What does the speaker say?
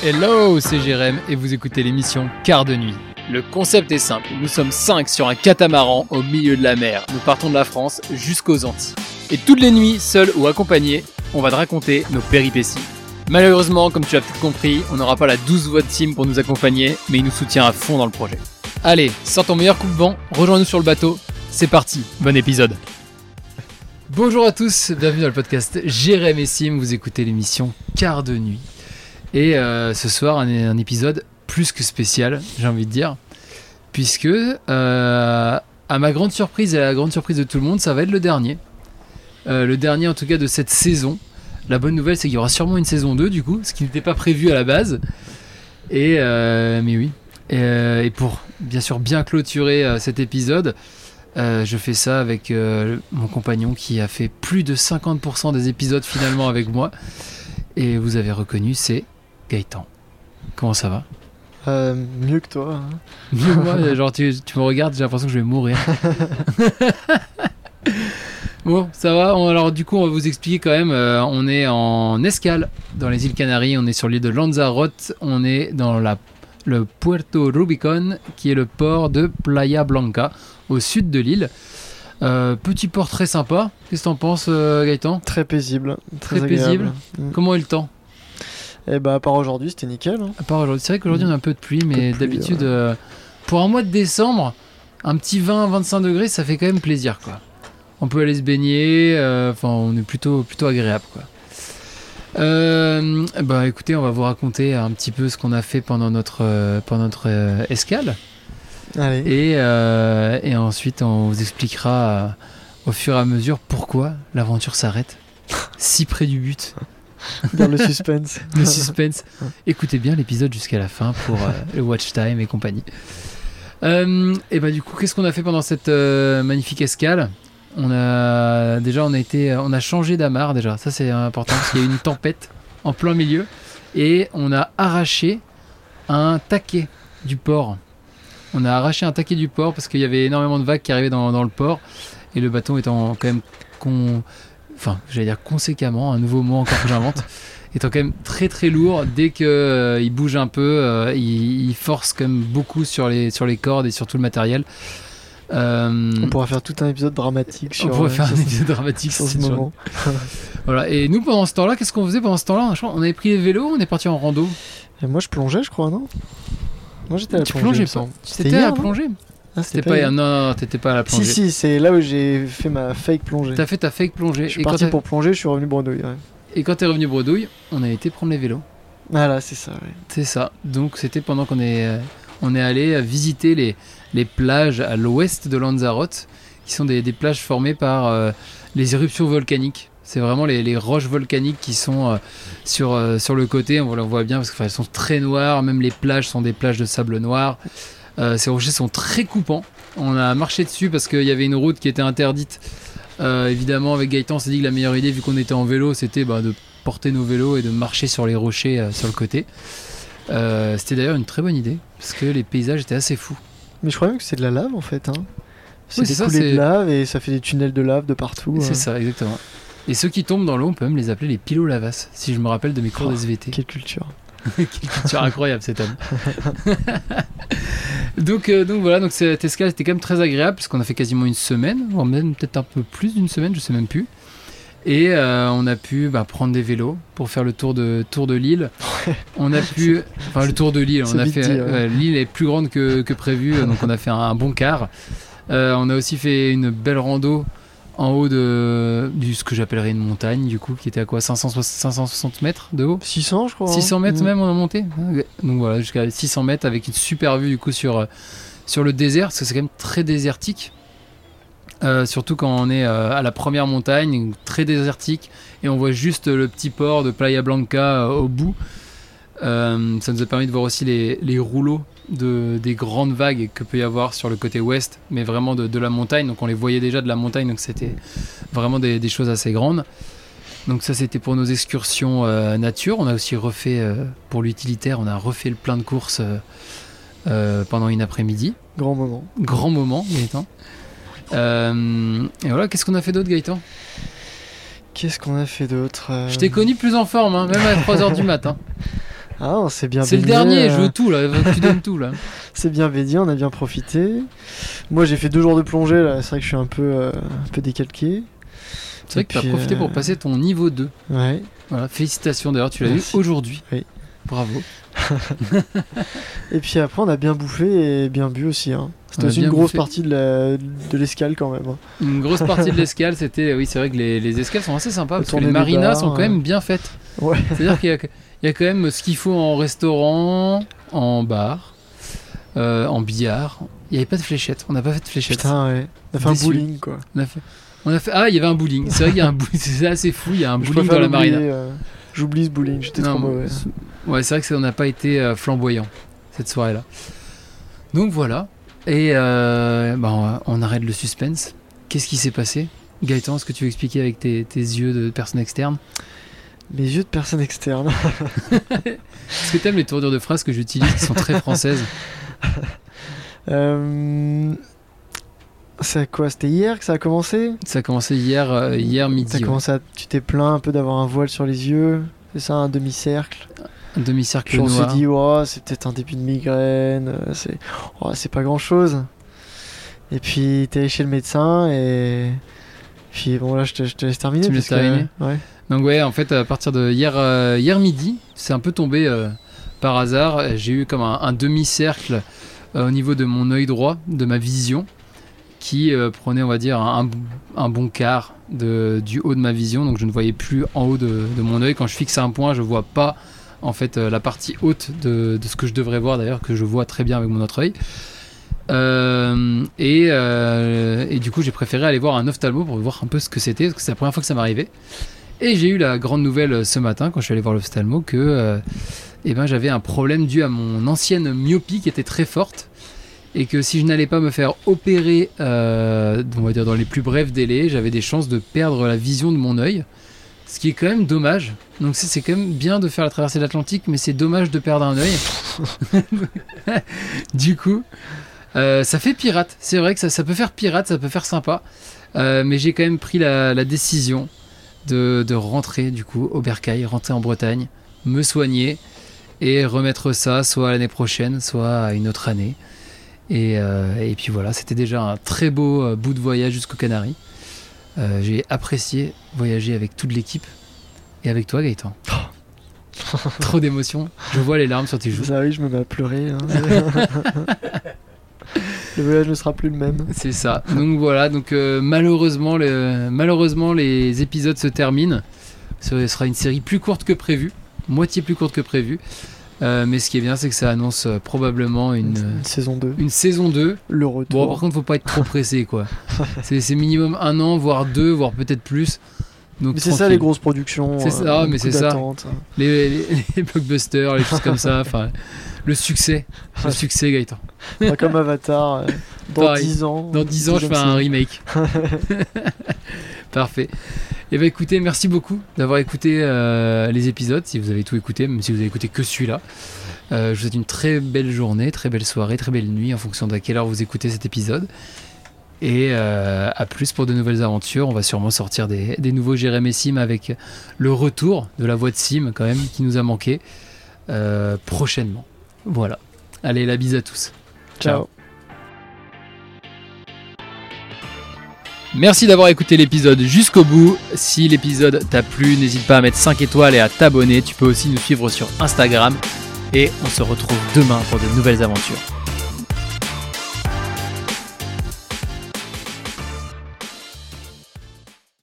Hello, c'est Jérém et vous écoutez l'émission Quart de nuit. Le concept est simple, nous sommes 5 sur un catamaran au milieu de la mer. Nous partons de la France jusqu'aux Antilles. Et toutes les nuits, seuls ou accompagnés, on va te raconter nos péripéties. Malheureusement, comme tu l'as peut-être compris, on n'aura pas la douce voix de Tim pour nous accompagner, mais il nous soutient à fond dans le projet. Allez, sors ton meilleur coup-de-vent, rejoins-nous sur le bateau, c'est parti, bon épisode. Bonjour à tous, bienvenue dans le podcast Jérém et Sim, vous écoutez l'émission Quart de nuit. Et ce soir, un épisode plus que spécial, j'ai envie de dire, puisque à ma grande surprise et à la grande surprise de tout le monde, ça va être le dernier. Le dernier en tout cas de cette saison. La bonne nouvelle, c'est qu'il y aura sûrement une saison 2 du coup, ce qui n'était pas prévu à la base. Mais oui. Et pour bien sûr bien clôturer cet épisode, je fais ça avec mon compagnon qui a fait plus de 50% des épisodes finalement avec moi. Et vous avez reconnu, c'est Gaëtan. Comment ça va ? Mieux que toi. Hein. Mieux que moi, genre tu me regardes, j'ai l'impression que je vais mourir. Bon, ça va. Alors du coup, on va vous expliquer quand même. On est en escale dans les îles Canaries. On est sur l'île de Lanzarote. On est dans le Puerto Rubicón, qui est le port de Playa Blanca, au sud de l'île. Petit port très sympa. Qu'est-ce que t'en penses, Gaëtan ? Très paisible. Très paisible. Comment est le temps ? Eh bah, à part aujourd'hui, c'était nickel. Hein. À part aujourd'hui. C'est vrai qu'aujourd'hui, on a un peu de pluie, mais d'habitude, pour un mois de décembre, un petit 20-25 degrés, ça fait quand même plaisir, quoi. On peut aller se baigner, on est plutôt agréable, quoi. Bah écoutez, on va vous raconter un petit peu ce qu'on a fait pendant notre escale. Allez. Et ensuite, on vous expliquera au fur et à mesure pourquoi l'aventure s'arrête si près du but. Dans le suspense. Le suspense. Écoutez bien l'épisode jusqu'à la fin pour le watch time et compagnie. Et bah du coup, qu'est-ce qu'on a fait pendant cette magnifique escale ? On a changé d'amarre déjà. Ça c'est important parce qu'il y a eu une tempête en plein milieu et on a arraché un taquet du port. On a arraché un taquet du port parce qu'il y avait énormément de vagues qui arrivaient dans le port et le bateau étant quand même conséquemment, un nouveau mot encore que j'invente, étant quand même très très lourd. Dès qu'il bouge un peu, il force quand même beaucoup sur les cordes et sur tout le matériel. On pourra faire tout un épisode dramatique sur ce moment. Voilà. Et nous pendant ce temps-là, qu'est-ce qu'on faisait pendant ce temps-là ? On avait pris les vélos, on est parti en rando. Et moi je plongeais, je crois, non ? Moi j'étais à la plongée. Tu plongeais pas ? C'était à la plongée ? Ah, c'était pas hier. Non, t'étais pas à la plongée. Si, c'est là où j'ai fait ma fake plongée. T'as fait ta fake plongée. Je suis parti pour plonger, je suis revenu bredouille. Ouais. Et quand t'es revenu bredouille, on a été prendre les vélos. Voilà, c'est ça. Ouais. C'est ça. Donc c'était pendant qu'on est allé visiter les plages à l'ouest de Lanzarote, qui sont des plages formées par les éruptions volcaniques. C'est vraiment les roches volcaniques qui sont sur le côté. On voit bien parce qu'elles sont très noires. Même les plages sont des plages de sable noir. Ces rochers sont très coupants. On a marché dessus parce qu'il y avait une route qui était interdite. Évidemment, avec Gaëtan, on s'est dit que la meilleure idée, vu qu'on était en vélo, c'était de porter nos vélos et de marcher sur les rochers sur le côté. C'était d'ailleurs une très bonne idée parce que les paysages étaient assez fous. Mais je crois même que c'est de la lave en fait. Hein. C'est oui, des coulées de lave et ça fait des tunnels de lave de partout. C'est ça, exactement. Et ceux qui tombent dans l'eau, on peut même les appeler les pilolavas, si je me rappelle de mes cours d'SVT. Quelle culture. Quelle culture incroyable cet homme. donc voilà, donc cette escale était quand même très agréable parce qu'on a fait quasiment une semaine, voire même peut-être un peu plus d'une semaine, je sais même plus. Et on a pu prendre des vélos pour faire le tour de l'île. On a pu, le tour de l'île. On a fait l'île est plus grande que prévu, donc on a fait un bon quart. On a aussi fait une belle rando en haut de ce que j'appellerais une montagne, du coup, qui était à quoi, 560 mètres de haut ? 600, je crois. 600 mètres même, on a monté. Donc voilà, jusqu'à 600 mètres avec une super vue du coup sur le désert, parce que c'est quand même très désertique. Surtout quand on est à la première montagne, très désertique, et on voit juste le petit port de Playa Blanca au bout. Ça nous a permis de voir aussi les rouleaux des grandes vagues que peut y avoir sur le côté ouest, mais vraiment de la montagne. Donc on les voyait déjà de la montagne, donc c'était vraiment des choses assez grandes. Donc ça c'était pour nos excursions nature. On a aussi refait, pour l'utilitaire, on a refait le plein de courses pendant une après-midi. Grand moment, Gaëtan. Et voilà, qu'est-ce qu'on a fait d'autre, Gaëtan ? Qu'est-ce qu'on a fait d'autre Je t'ai connu plus en forme, hein, même à 3h du matin. Ah, on s'est bien baigné. C'est le dernier, je veux tout là, tu donnes tout là. C'est bien baigné, on a bien profité. Moi j'ai fait 2 jours de plongée là, c'est vrai que je suis un peu décalqué. C'est vrai que tu as profité pour passer ton niveau 2. Ouais. Voilà, félicitations d'ailleurs, tu l'as eu aujourd'hui. Oui. Bravo. Et puis après on a bien bouffé et bien bu aussi. Hein. C'était aussi une grosse partie de l'escale quand même. Une grosse partie de l'escale, c'était... Oui, c'est vrai que les escales sont assez sympas parce que les marinas sont quand même bien faites. Ouais. C'est-à-dire qu'il y a quand même ce qu'il faut en restaurant, en bar, en billard. Il n'y avait pas de fléchettes, on n'a pas fait de fléchettes. Putain, ouais. On a fait un bowling quoi. Ah, il y avait un bowling. C'est vrai qu'il y a un bowling, c'est assez fou, il y a un bowling dans la marina. J'oublie ce bowling, j'étais trop mauvais. Ouais, c'est vrai que on n'a pas été flamboyant cette soirée-là. Donc voilà. Et on arrête le suspense. Qu'est-ce qui s'est passé? Gaëtan, est-ce que tu veux expliquer avec tes yeux de personne externe? Mes yeux de personne externe. Est-ce que t'aimes les tournures de phrases que j'utilise qui sont très françaises? C'est quoi? C'était hier que ça a commencé? Ça a commencé hier midi. Tu t'es plaint un peu d'avoir un voile sur les yeux, c'est ça, un demi-cercle? Un demi-cercle puis noir. On s'est dit, c'est peut-être un début de migraine, c'est pas grand-chose. Et puis t'es allé chez le médecin et puis bon là je te laisse terminer. Tu me laisses terminer. Ouais. Donc ouais, en fait à partir de hier midi, c'est un peu tombé par hasard. J'ai eu comme un demi-cercle au niveau de mon œil droit, de ma vision, qui prenait, on va dire, un bon quart du haut de ma vision. Donc je ne voyais plus en haut de mon œil. Quand je fixe un point, je vois pas en fait la partie haute de ce que je devrais voir, d'ailleurs, que je vois très bien avec mon autre œil. Et du coup j'ai préféré aller voir un ophtalmo pour voir un peu ce que c'était, parce que c'est la première fois que ça m'arrivait. Et j'ai eu la grande nouvelle ce matin quand je suis allé voir l'ophtalmo que j'avais un problème dû à mon ancienne myopie qui était très forte, et que si je n'allais pas me faire opérer on va dire dans les plus brefs délais, j'avais des chances de perdre la vision de mon œil, ce qui est quand même dommage. Donc c'est quand même bien de faire la traversée de l'Atlantique, mais c'est dommage de perdre un œil. Du coup ça fait pirate, c'est vrai que ça peut faire pirate, ça peut faire sympa, mais j'ai quand même pris la décision de rentrer du coup au Bercail, rentrer en Bretagne, me soigner et remettre ça soit l'année prochaine, soit à une autre année. Et puis voilà, c'était déjà un très beau bout de voyage jusqu'aux Canaries. J'ai apprécié voyager avec toute l'équipe et avec toi Gaëtan. Trop d'émotions, je vois les larmes sur tes joues. Ça oui, je me mets à pleurer. Hein. Le voyage ne sera plus le même. C'est ça. Donc voilà. Donc malheureusement les épisodes se terminent. Ce sera une série plus courte que prévu, moitié plus courte que prévu. Mais ce qui est bien, c'est que ça annonce probablement une saison 2. Une saison 2. Le retour. Bon, par contre, faut pas être trop pressé, quoi. C'est minimum 1 an, voire 2, voire peut-être plus. Donc, mais c'est ça les grosses productions. C'est ça, mais c'est ça. Les blockbusters, les choses comme ça. Enfin, le succès Gaëtan. Comme Avatar. Dans 10 ans. Dans 10 ans, je fais un remake. Parfait. Et bah écoutez, merci beaucoup d'avoir écouté les épisodes, si vous avez tout écouté, même si vous avez écouté que celui-là. Je vous souhaite une très belle journée, très belle soirée, très belle nuit en fonction de à quelle heure vous écoutez cet épisode. Et à plus pour de nouvelles aventures. On va sûrement sortir des nouveaux Jérémy Sim avec le retour de la voix de Sim quand même qui nous a manqué prochainement. Voilà. Allez, la bise à tous. Ciao. Merci d'avoir écouté l'épisode jusqu'au bout. Si l'épisode t'a plu, n'hésite pas à mettre 5 étoiles et à t'abonner. Tu peux aussi nous suivre sur Instagram. Et on se retrouve demain pour de nouvelles aventures.